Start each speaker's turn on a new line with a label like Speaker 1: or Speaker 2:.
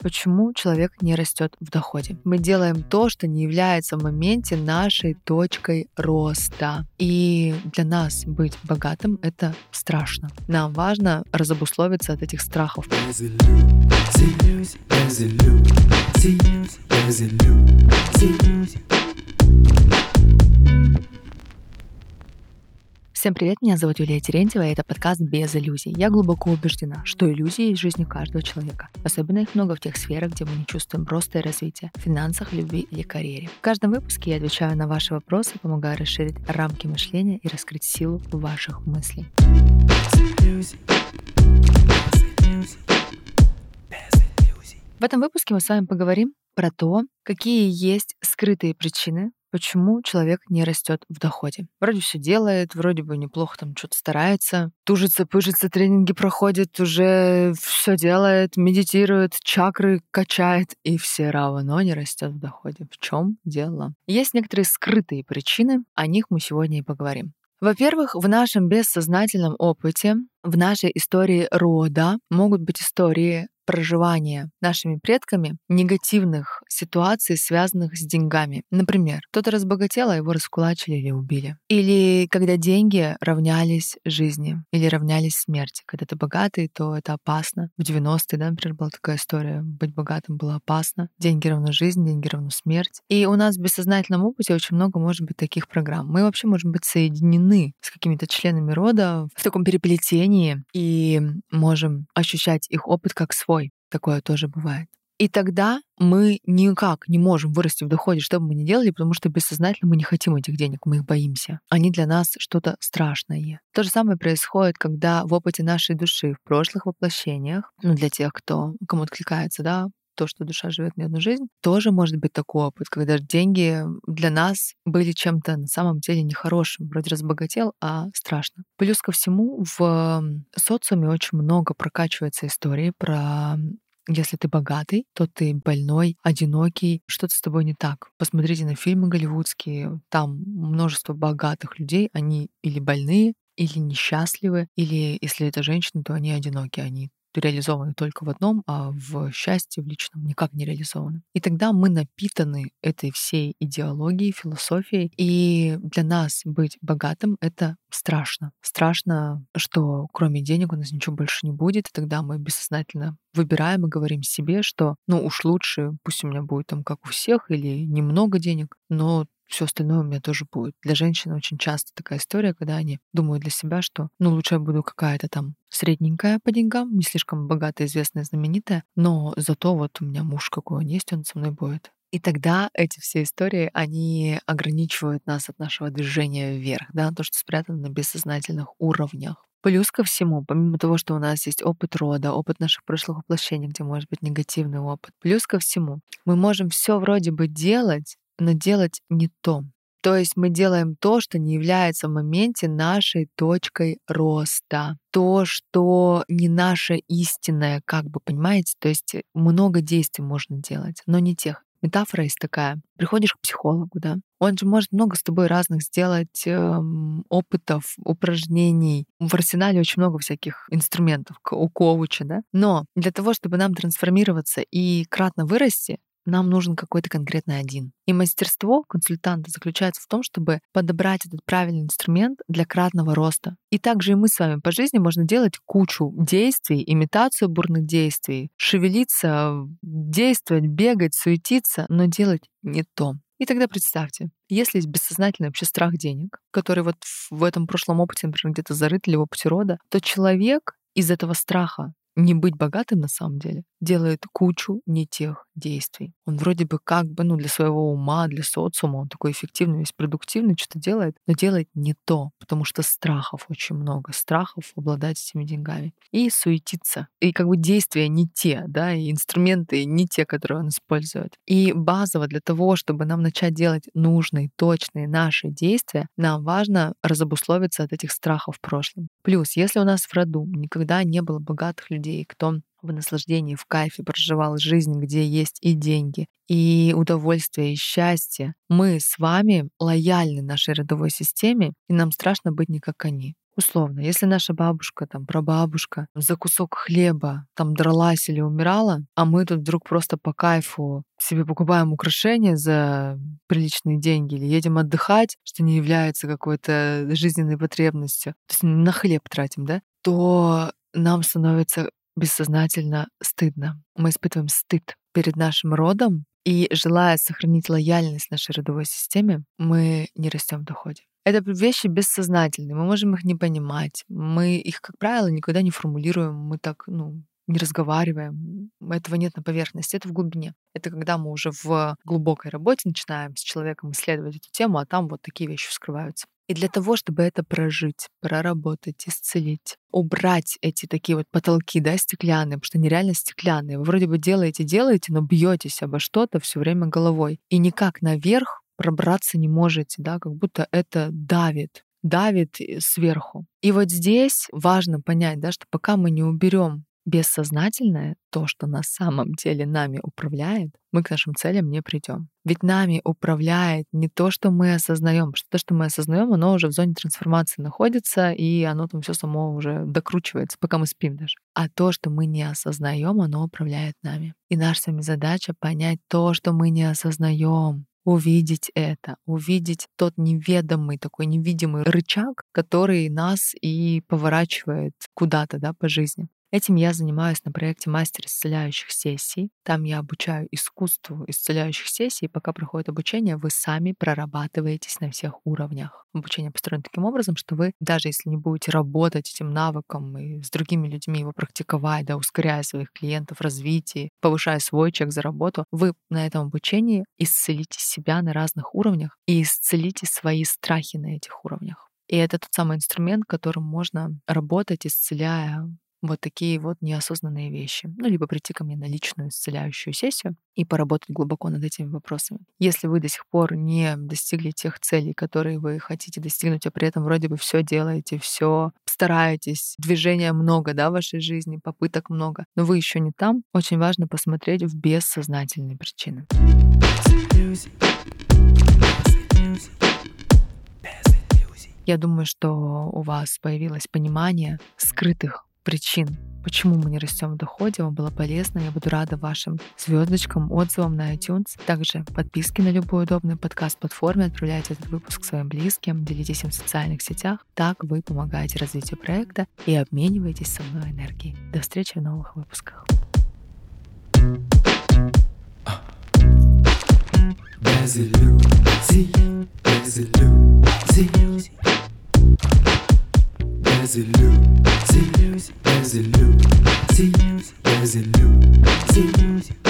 Speaker 1: Почему человек не растет в доходе? Мы делаем то, что не является в моменте нашей точкой роста. И для нас быть богатым — это страшно. Нам важно разобусловиться от этих страхов. Всем привет, меня зовут Юлия Терентьева, и это подкаст «Без иллюзий». Я глубоко убеждена, что иллюзии есть в жизни каждого человека. Особенно их много в тех сферах, где мы не чувствуем роста и развития, в финансах, любви или карьере. В каждом выпуске я отвечаю на ваши вопросы, помогаю расширить рамки мышления и раскрыть силу ваших мыслей. В этом выпуске мы с вами поговорим про то, какие есть скрытые причины, почему человек не растет в доходе. Вроде все делает, вроде бы неплохо там что-то старается, тужится, пыжится, тренинги проходит, уже все делает, медитирует, чакры качает, и все равно не растет в доходе. В чем дело? Есть некоторые скрытые причины, о них мы сегодня и поговорим. Во-первых, в нашем бессознательном опыте, в нашей истории рода могут быть истории проживания нашими предками негативных ситуаций, связанных с деньгами. Например, кто-то разбогател, а его раскулачили или убили. Или когда деньги равнялись жизни, или равнялись смерти. Когда ты богатый, то это опасно. В 90-е, да, например, была такая история. Быть богатым было опасно. Деньги равно жизнь, деньги равно смерть. И у нас в бессознательном опыте очень много может быть таких программ. Мы вообще можем быть соединены с какими-то членами рода в таком переплетении и можем ощущать их опыт как свой. Такое тоже бывает. И тогда мы никак не можем вырасти в доходе, что бы мы ни делали, потому что бессознательно мы не хотим этих денег, мы их боимся. Они для нас что-то страшное. То же самое происходит, когда в опыте нашей души, в прошлых воплощениях, для тех, кому откликается, да, то, что душа живет не одну жизнь, тоже может быть такой опыт, когда деньги для нас были чем-то на самом деле нехорошим. Вроде разбогател, а страшно. Плюс ко всему в социуме очень много прокачивается истории про если ты богатый, то ты больной, одинокий, что-то с тобой не так. Посмотрите на фильмы голливудские, там множество богатых людей, они или больные, или несчастливы, или если это женщины, то они одиноки, они реализованы только в одном, а в счастье в личном никак не реализованы. И тогда мы напитаны этой всей идеологией, философией, и для нас быть богатым — это страшно. Страшно, что кроме денег у нас ничего больше не будет, и тогда мы бессознательно выбираем и говорим себе, что уж лучше, пусть у меня будет там как у всех, или немного денег, но все остальное у меня тоже будет. Для женщин очень часто такая история, когда они думают для себя, что лучше я буду какая-то там средненькая по деньгам, не слишком богатая, известная, знаменитая, но зато вот у меня муж какой он есть, он со мной будет. И тогда эти все истории, они ограничивают нас от нашего движения вверх, да, то, что спрятано на бессознательных уровнях. Плюс ко всему, помимо того, что у нас есть опыт рода, опыт наших прошлых воплощений, где может быть негативный опыт, плюс ко всему, мы можем все вроде бы делать, но делать не то. То есть мы делаем то, что не является в моменте нашей точкой роста. То, что не наше истинное, понимаете? То есть много действий можно делать, но не тех. Метафора есть такая. Приходишь к психологу, да? Он же может много с тобой разных сделать опытов, упражнений. В арсенале очень много всяких инструментов у коуча, да? Но для того, чтобы нам трансформироваться и кратно вырасти, нам нужен какой-то конкретный один. И мастерство консультанта заключается в том, чтобы подобрать этот правильный инструмент для кратного роста. И также и мы с вами по жизни можно делать кучу действий, имитацию бурных действий, шевелиться, действовать, бегать, суетиться, но делать не то. И тогда представьте, если есть бессознательный вообще страх денег, который вот в этом прошлом опыте, например, где-то зарыт или в опыте рода, то человек из этого страха не быть богатым на самом деле делает кучу не тех действий. Он вроде бы для своего ума, для социума, он такой эффективный, весь продуктивный, что-то делает, но делает не то, потому что страхов очень много, страхов обладать этими деньгами. И суетиться. И действия не те, да, и инструменты не те, которые он использует. И базово для того, чтобы нам начать делать нужные, точные наши действия, нам важно разобусловиться от этих страхов в прошлом. Плюс, если у нас в роду никогда не было богатых людей, кто в наслаждении, в кайфе проживал жизнь, где есть и деньги, и удовольствие, и счастье, мы с вами лояльны нашей родовой системе, и нам страшно быть не как они. Условно, если наша бабушка, там, прабабушка за кусок хлеба там дралась или умирала, а мы тут вдруг просто по кайфу себе покупаем украшения за приличные деньги или едем отдыхать, что не является какой-то жизненной потребностью, то есть на хлеб тратим, да, то нам становится бессознательно стыдно. Мы испытываем стыд перед нашим родом, и желая сохранить лояльность нашей родовой системе, мы не растем в доходе. Это вещи бессознательные, мы можем их не понимать. Мы их, как правило, никогда не формулируем, мы так, не разговариваем. Этого нет на поверхности, это в глубине. Это когда мы уже в глубокой работе начинаем с человеком исследовать эту тему, а там вот такие вещи вскрываются. И для того, чтобы это прожить, проработать, исцелить, убрать эти такие вот потолки, да, стеклянные, потому что они реально стеклянные. Вы вроде бы делаете, но бьетесь обо что-то все время головой. И никак наверх пробраться не можете, да, как будто это давит сверху. И вот здесь важно понять, да, что пока мы не уберем бессознательное, то, что на самом деле нами управляет, мы к нашим целям не придем. Ведь нами управляет не то, что мы осознаем, потому что то, что мы осознаем, оно уже в зоне трансформации находится, и оно там все само уже докручивается, пока мы спим даже. А то, что мы не осознаем, оно управляет нами. И наша с вами задача понять то, что мы не осознаем. Увидеть это, увидеть тот неведомый, такой невидимый рычаг, который нас и поворачивает куда-то, да, по жизни. Этим я занимаюсь на проекте «Мастер исцеляющих сессий». Там я обучаю искусству исцеляющих сессий. И пока проходит обучение, вы сами прорабатываетесь на всех уровнях. Обучение построено таким образом, что вы, даже если не будете работать этим навыком и с другими людьми его практиковать, да, ускоряя своих клиентов в развитии, повышая свой чек за работу, вы на этом обучении исцелите себя на разных уровнях и исцелите свои страхи на этих уровнях. И это тот самый инструмент, которым можно работать, исцеляя вот такие вот неосознанные вещи. Либо прийти ко мне на личную исцеляющую сессию и поработать глубоко над этими вопросами. Если вы до сих пор не достигли тех целей, которые вы хотите достигнуть, а при этом вроде бы все делаете, все стараетесь, движения много, да, в вашей жизни, попыток много, но вы еще не там, очень важно посмотреть в бессознательные причины. Я думаю, что у вас появилось понимание скрытых причин, почему мы не растем в доходе. Вам было полезно. Я буду рада вашим звездочкам, отзывам на iTunes. Также подписки на любой удобный подкаст-платформе. Отправляйте этот выпуск своим близким, делитесь им в социальных сетях. Так вы помогаете развитию проекта и обмениваетесь со мной энергией. До встречи в новых выпусках. Без иллюзий, без иллюзий. Без иллюзий, без иллюзий, без иллюзий.